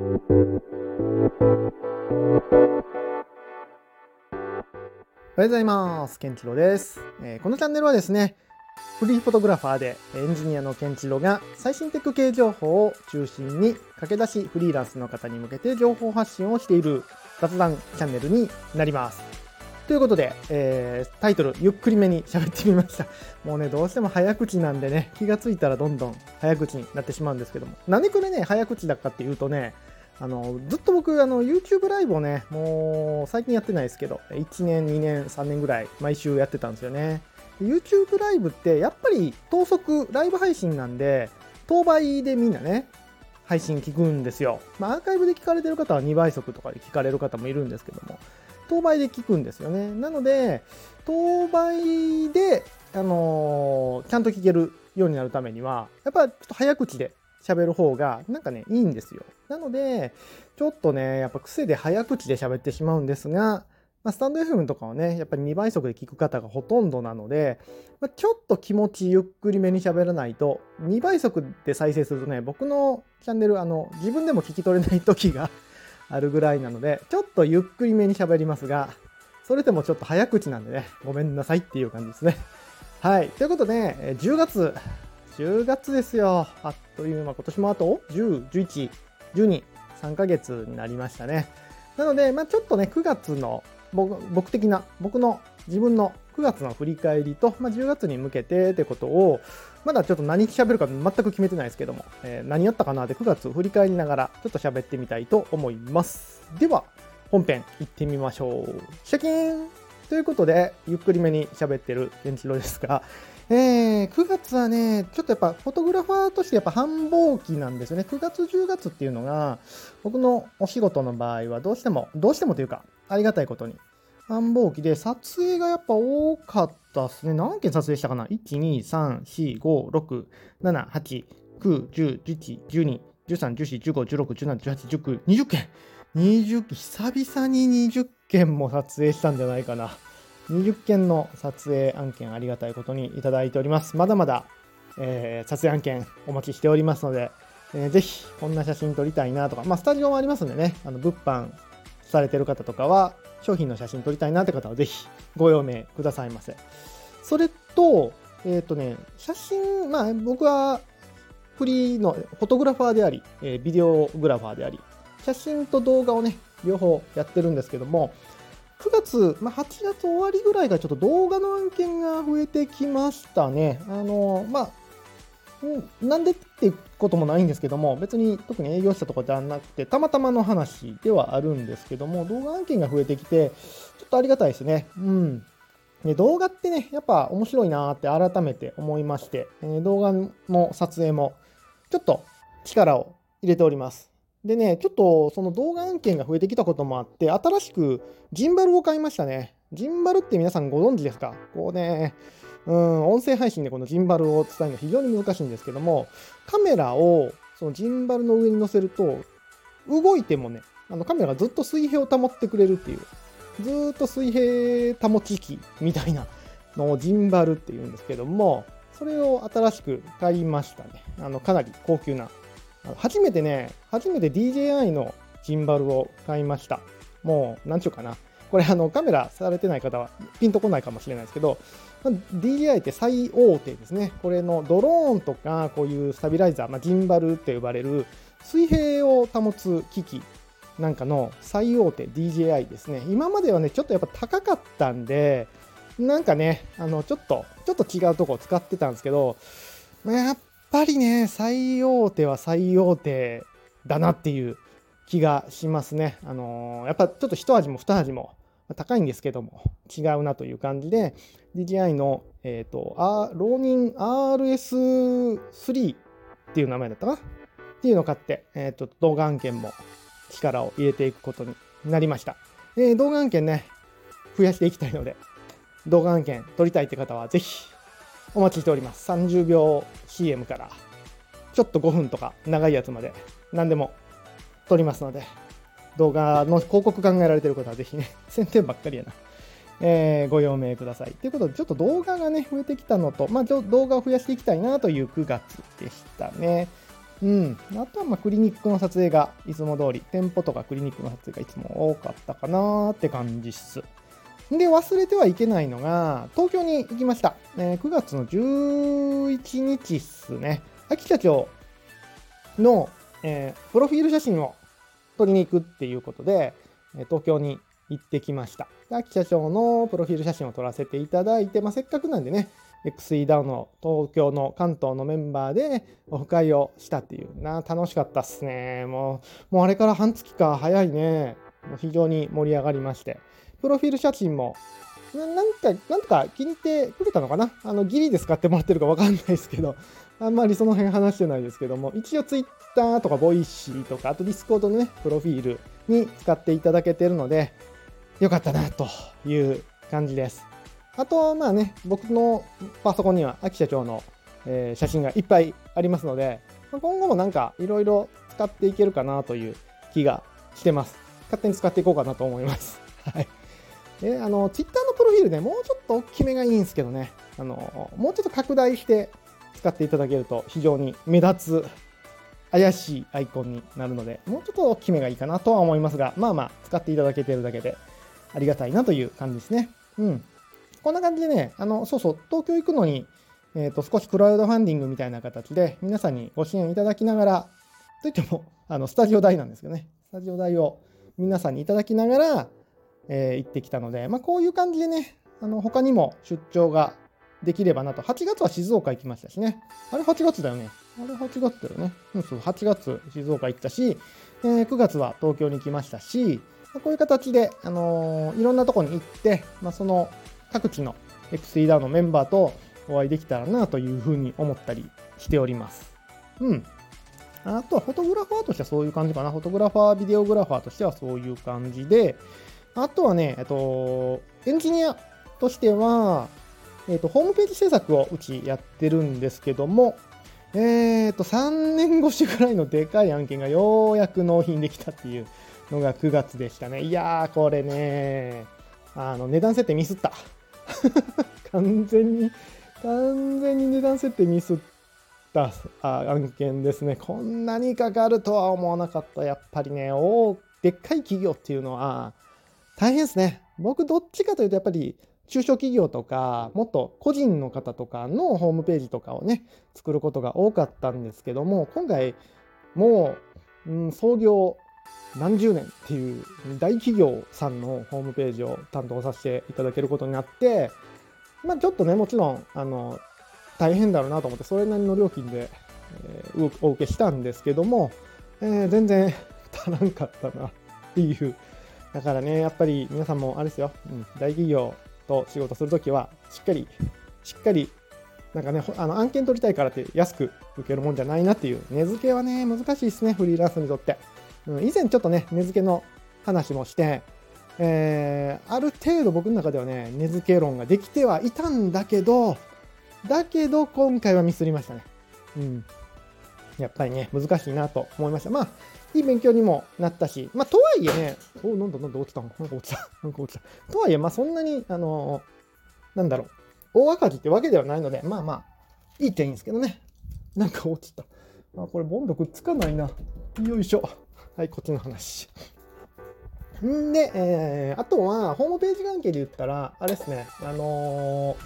おはようございます。ケンチロです。このチャンネルはですね、フリーフォトグラファーでエンジニアのケンチロが最新テック系情報を中心に駆け出しフリーランスの方に向けて情報発信をしている雑談チャンネルになります。ということで、タイトルゆっくりめに喋ってみました。もうね、どうしても早口なんでね、気がついたらどんどん早口になってしまうんですけども、なんでこれね、早口だかっていうとね、ずっと僕YouTube ライブをね、もう最近やってないですけど、1年、2年、3年ぐらい毎週やってたんですよね。YouTube ライブってやっぱり等速ライブ配信なんで、当倍でみんなね、配信聞くんですよ。アーカイブで聞かれてる方は2倍速とかで聞かれる方もいるんですけども、当倍で聞くんですよね。なので、当倍で、ちゃんと聞けるようになるためには、やっぱりちょっと早口で喋る方がなんかねいいんですよ。なのでちょっとねやっぱ癖で早口で喋ってしまうんですが、スタンド FM とかはねやっぱり2倍速で聞く方がほとんどなので、ちょっと気持ちゆっくりめに喋らないと、2倍速で再生するとね僕のチャンネル自分でも聞き取れない時があるぐらいなので、ちょっとゆっくりめに喋りますが、それでもちょっと早口なんでねごめんなさいっていう感じですね。はい、ということで10月ですよ。あっという間、今年もあと10、11、12、3ヶ月になりましたね。なので、ちょっとね、9月の僕の自分の9月の振り返りと、10月に向けてってことを、まだちょっと何喋るか全く決めてないですけども、何やったかなって9月振り返りながらちょっと喋ってみたいと思います。では、本編行ってみましょう。シャキーンということで、ゆっくりめに喋ってるケンチロですが、9月はね、ちょっとやっぱフォトグラファーとしてやっぱ繁忙期なんですよね。9月、10月っていうのが、僕のお仕事の場合はどうしてもというか、ありがたいことに、繁忙期で撮影がやっぱ多かったですね。何件撮影したかな？ 1、2、3、4、5、6、7、8、9、10、11、12、13、14、15、16、17、18、19、20件。久々に20件も撮影したんじゃないかな。20件の撮影案件ありがたいことにいただいております。まだまだ、撮影案件お待ちしておりますので、ぜひこんな写真撮りたいなとか、スタジオもありますんでね、物販されてる方とかは商品の写真撮りたいなって方はぜひご用命くださいませ。それと、写真、僕はフリーのフォトグラファーであり、ビデオグラファーであり、写真と動画をね、両方やってるんですけども、9月、8月終わりぐらいがちょっと動画の案件が増えてきましたね。なんでってこともないんですけども、別に特に営業したとかじゃなくて、たまたまの話ではあるんですけども、動画案件が増えてきて、ちょっとありがたいですね。で動画ってね、やっぱ面白いなーって改めて思いまして、動画の撮影もちょっと力を入れております。でね、ちょっとその動画案件が増えてきたこともあって、新しくジンバルを買いましたね。ジンバルって皆さんご存知ですか？こうね、音声配信でこのジンバルを伝えるの非常に難しいんですけども、カメラをそのジンバルの上に乗せると、動いてもね、カメラがずっと水平を保ってくれるっていう、ずーっと水平保ち機みたいなのをジンバルっていうんですけども、それを新しく買いましたね。かなり高級な。初めて DJI のジンバルを買いました。もう、なんちゅうかな。これカメラされてない方はピンとこないかもしれないですけど、DJI って最大手ですね。これのドローンとか、こういうスタビライザー、ジンバルって呼ばれる水平を保つ機器なんかの最大手 DJI ですね。今まではね、ちょっとやっぱ高かったんで、なんかね、ちょっと違うとこを使ってたんですけど、やっぱりね、最大手は最大手だなっていう気がしますね。やっぱちょっと一味も二味も高いんですけども、違うなという感じで、DJI の、ローニン RS3 っていう名前だったかなっていうのを買って、動画案件も力を入れていくことになりました。動画案件ね、増やしていきたいので、動画案件撮りたいって方はぜひお待ちしております。30秒 CM からちょっと5分とか長いやつまで何でも撮りますので、動画の広告考えられている方はぜひね、宣伝ばっかりやな、ご用命ください。ということで、ちょっと動画がね、増えてきたのと、動画を増やしていきたいなという9月でしたね。 あとはまあクリニックの撮影がいつも通り、店舗とかクリニックの撮影がいつも多かったかなって感じっす。で、忘れてはいけないのが、東京に行きました。9月の11日っすね。秋社長の、プロフィール写真を撮りに行くっていうことで、東京に行ってきました。秋社長のプロフィール写真を撮らせていただいて、せっかくなんでね、XE ダウンの東京の関東のメンバーでオフ会をしたっていう楽しかったっすね。もうあれから半月か早いね。もう非常に盛り上がりまして。プロフィール写真もなんとか気に入ってくれたのかな。ギリで使ってもらってるかわかんないですけど、あんまりその辺話してないですけども、一応 Twitter とか Voicy とか、あと Discord のね、プロフィールに使っていただけてるので、よかったなという感じです。あと、僕のパソコンには秋社長の、写真がいっぱいありますので、今後もいろいろ使っていけるかなという気がしてます。勝手に使っていこうかなと思います。はい。Twitter のプロフィールね、もうちょっと大きめがいいんですけどね、もうちょっと拡大して使っていただけると非常に目立つ怪しいアイコンになるので、もうちょっと大きめがいいかなとは思いますが、使っていただけてるだけでありがたいなという感じですね。こんな感じでね、東京行くのに、少しクラウドファンディングみたいな形で皆さんにご支援いただきながら、といっても、スタジオ代なんですけどね、スタジオ代を皆さんにいただきながら、行ってきたので、こういう感じでね、他にも出張ができればなと。8月は静岡行きましたしね。あれ8月だよね。そう、8月静岡行ったし、9月は東京に来ましたし、こういう形で、いろんなとこに行って、その各地の XE ダウンのメンバーとお会いできたらなというふうに思ったりしております。あとはフォトグラファーとしてはそういう感じかな。フォトグラファー、ビデオグラファーとしてはそういう感じで、あとはね、エンジニアとしては、ホームページ制作をうちやってるんですけども、3年越しぐらいのでかい案件がようやく納品できたっていうのが9月でしたね。いやー、これね、値段設定ミスった。完全に値段設定ミスった案件ですね。こんなにかかるとは思わなかった。やっぱりね、でっかい企業っていうのは大変ですね。僕どっちかというとやっぱり中小企業とかもっと個人の方とかのホームページとかをね作ることが多かったんですけども、今回もう、創業何十年っていう大企業さんのホームページを担当させていただけることになって、ちょっとねもちろん大変だろうなと思ってそれなりの料金で、お受けしたんですけども、全然足らんかったなっていう。だからね、やっぱり皆さんもあれですよ、大企業と仕事するときはしっかり案件取りたいからって安く受けるもんじゃないなっていう。値付けはね難しいですね、フリーランスにとって。以前ちょっとね値付けの話もして、ある程度僕の中ではね値付け論ができてはいたんだけど今回はミスりましたね。やっぱりね難しいなと思いました。いい勉強にもなったし、とはいえね、なんだ落ちた。とはいえ、そんなに、大赤字ってわけではないので、いい点いいんですけどね。落ちた。これ、ボンドくっつかないな。よいしょ。はい、こっちの話。で、あとは、ホームページ関係で言ったら、あれですね、ちょ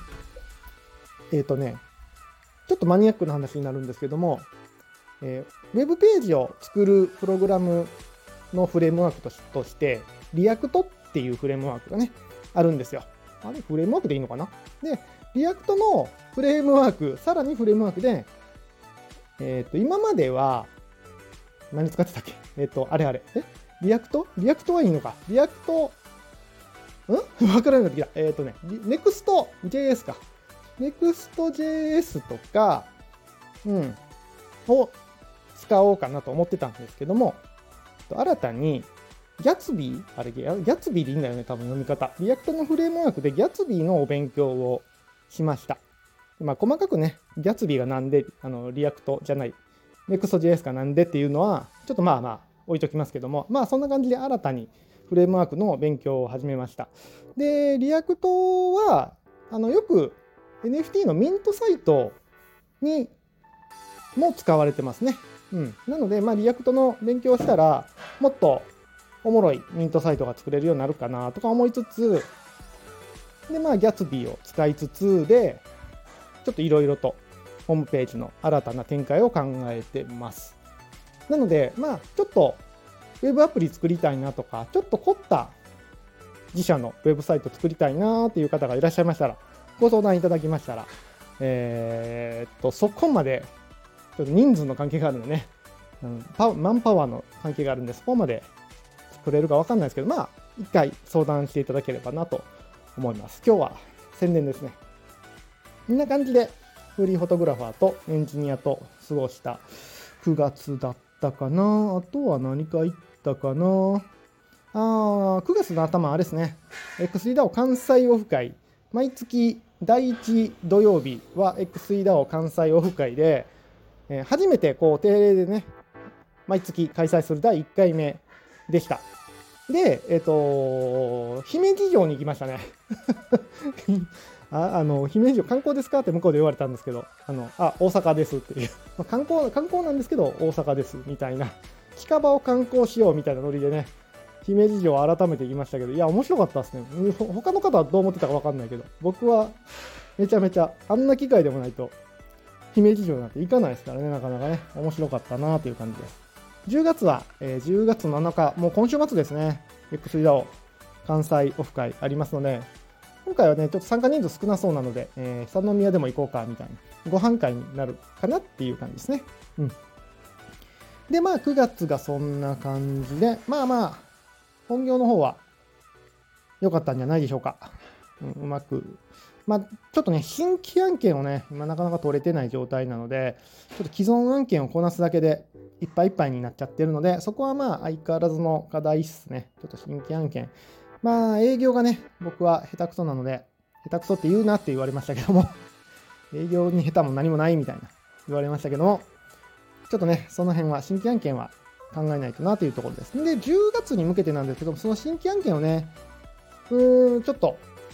っとマニアックな話になるんですけども、ウェブページを作るプログラムのフレームワークとして、リアクトっていうフレームワークがね、あるんですよ。あれ、フレームワークでいいのかな？で、リアクトのフレームワーク、さらにフレームワークで、今までは、何使ってたっけ？リアクトはいいのか。リアクト、わからなくなってきた。Next.js か。Next.js とか、を使おうかなと思ってたんですけども、新たにギャツビーでいいんだよね、多分読み方。リアクトのフレームワークでギャツビーのお勉強をしました。細かくね、ギャツビーがなんで、リアクトじゃない、Next.js がなんでっていうのは、ちょっと置いときますけども、そんな感じで新たにフレームワークの勉強を始めました。で、リアクトは、よく NFT のミントサイトにも使われてますね。 なので、リアクトの勉強したら、もっとおもろいミントサイトが作れるようになるかなとか思いつつ、で、ギャツビーを使いつつで、ちょっといろいろとホームページの新たな展開を考えてます。なので、ちょっとウェブアプリ作りたいなとか、ちょっと凝った自社のウェブサイト作りたいなっていう方がいらっしゃいましたら、ご相談いただきましたら、そこまで、ちょっと人数の関係があるんでね、マンパワーの関係があるんで、そこまで作れるか分かんないですけど、一回相談していただければなと思います。今日は宣伝ですね。こんな感じで、フリーフォトグラファーとエンジニアと過ごした9月だったかな。あとは何か言ったかな。9月の頭、あれですね。XEDAO 関西オフ会。毎月第1土曜日は XEDAO 関西オフ会で、初めて定例でね、毎月開催する第1回目でした。で、姫路城に行きましたね。姫路城観光ですかって向こうで言われたんですけど、大阪ですっていう。観光なんですけど、大阪ですみたいな。近場を観光しようみたいなノリでね、姫路城を改めて言いましたけど、いや、面白かったですね。他の方はどう思ってたか分かんないけど、僕はめちゃめちゃ、あんな機会でもないと、姫路城なんて行かないですからね、なかなかね、面白かったなという感じです。10月は、10月7日、もう今週末ですね、XEDAO 関西オフ会ありますので、今回はね、ちょっと参加人数少なそうなので、三宮でも行こうかみたいな、ご飯会になるかなっていう感じですね。で、9月がそんな感じで、本業の方は良かったんじゃないでしょうか。うまく。ちょっとね、新規案件をね、今なかなか取れてない状態なので、ちょっと既存案件をこなすだけでいっぱいいっぱいになっちゃってるので、そこは相変わらずの課題っすね。ちょっと新規案件。営業がね、僕は下手くそなので、下手くそって言うなって言われましたけども、営業に下手も何もないみたいな言われましたけども、ちょっとね、その辺は新規案件は考えないとなというところです。で、10月に向けてなんですけども、その新規案件をね、ちょっと、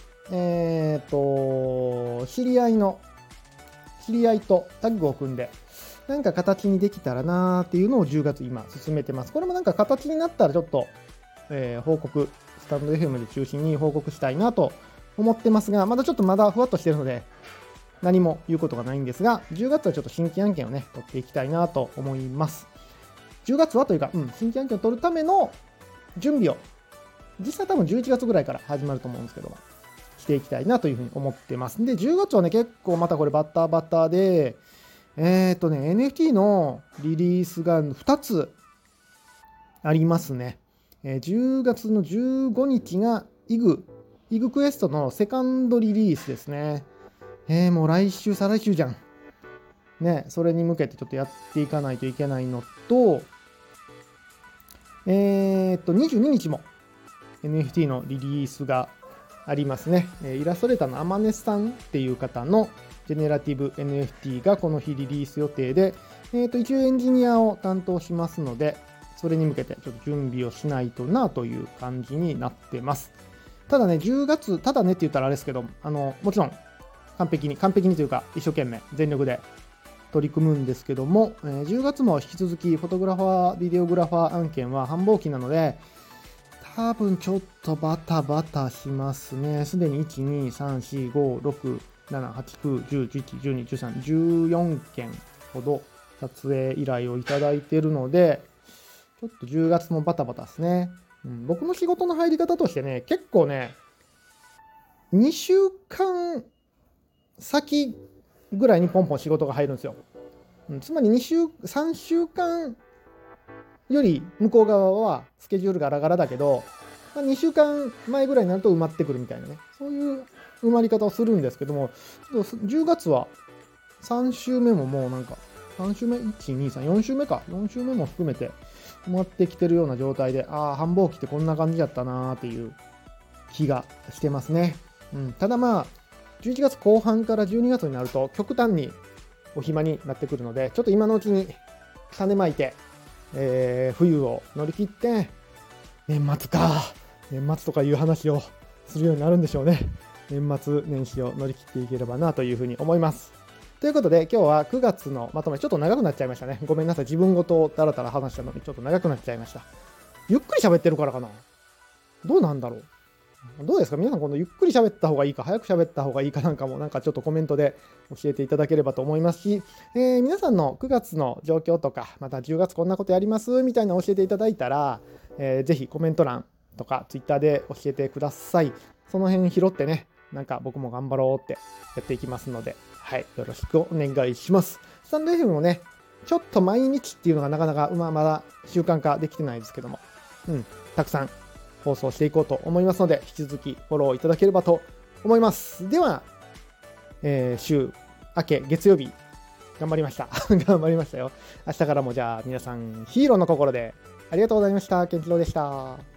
知り合いとタッグを組んで、なんか形にできたらなーっていうのを10月今進めてます。これもなんか形になったらちょっと、報告、スタンド FM で中心に報告したいなと思ってますが、まだふわっとしてるので、何も言うことがないんですが、10月はちょっと新規案件をね、取っていきたいなと思います。10月はというか、新規案件を取るための準備を、実際多分11月ぐらいから始まると思うんですけども、していきたいなというふうに思ってます。で、10月はね、結構またこれバタバタで、NFT のリリースが2つありますね。10月の15日がイグクエストのセカンドリリースですね。もう来週、再来週じゃん。ね、それに向けてちょっとやっていかないといけないのと、22日も NFT のリリースがありますね。イラストレーターのアマネさんっていう方のジェネラティブ NFT がこの日リリース予定で、一応エンジニアを担当しますので、それに向けてちょっと準備をしないとなという感じになってます。ただね、10月、ただねって言ったらあれですけど、もちろん完璧にというか一生懸命全力で取り組むんですけども、10月も引き続きフォトグラファー、ビデオグラファー案件は繁忙期なので、多分ちょっとバタバタしますね。すでに1、2、3、4、5、6、7、8、9、10、11、12、13、14件ほど撮影依頼をいただいているので、ちょっと10月もバタバタですね。僕の仕事の入り方としてね、結構ね、2週間先ぐらいにポンポン仕事が入るんですよ。つまり3週間より向こう側はスケジュールガラガラだけど、2週間前ぐらいになると埋まってくるみたいなね、そういう埋まり方をするんですけども、10月は3週目ももうなんか、3週目 ?1、2、3、4週目か。4週目も含めて埋まってきてるような状態で、繁忙期ってこんな感じだったなーっていう気がしてますね。ただ11月後半から12月になると極端にお暇になってくるので、ちょっと今のうちに種まいて、冬を乗り切って年末とかいう話をするようになるんでしょうね。年末年始を乗り切っていければなというふうに思います。 ということで今日は9月のまとめ、ちょっと長くなっちゃいましたね。ごめんなさい。自分ごとだらだら話したのにちょっと長くなっちゃいました。ゆっくり喋ってるからかな。どうなんだろう。どうですか皆さん、このゆっくり喋った方がいいか、早く喋った方がいいかなんかも、なんかちょっとコメントで教えていただければと思いますし、皆さんの9月の状況とか、また10月こんなことやりますみたいなの教えていただいたら、ぜひコメント欄とか Twitter で教えてください。その辺拾ってね、なんか僕も頑張ろうってやっていきますので、はい、よろしくお願いします。スタンド FM もね、ちょっと毎日っていうのがなかなかまだ習慣化できてないですけども、たくさん放送していこうと思いますので、引き続きフォローいただければと思います。では、週明け月曜日、頑張りました。頑張りましたよ。明日からもじゃあ皆さんヒーローの心でありがとうございました。健一郎でした。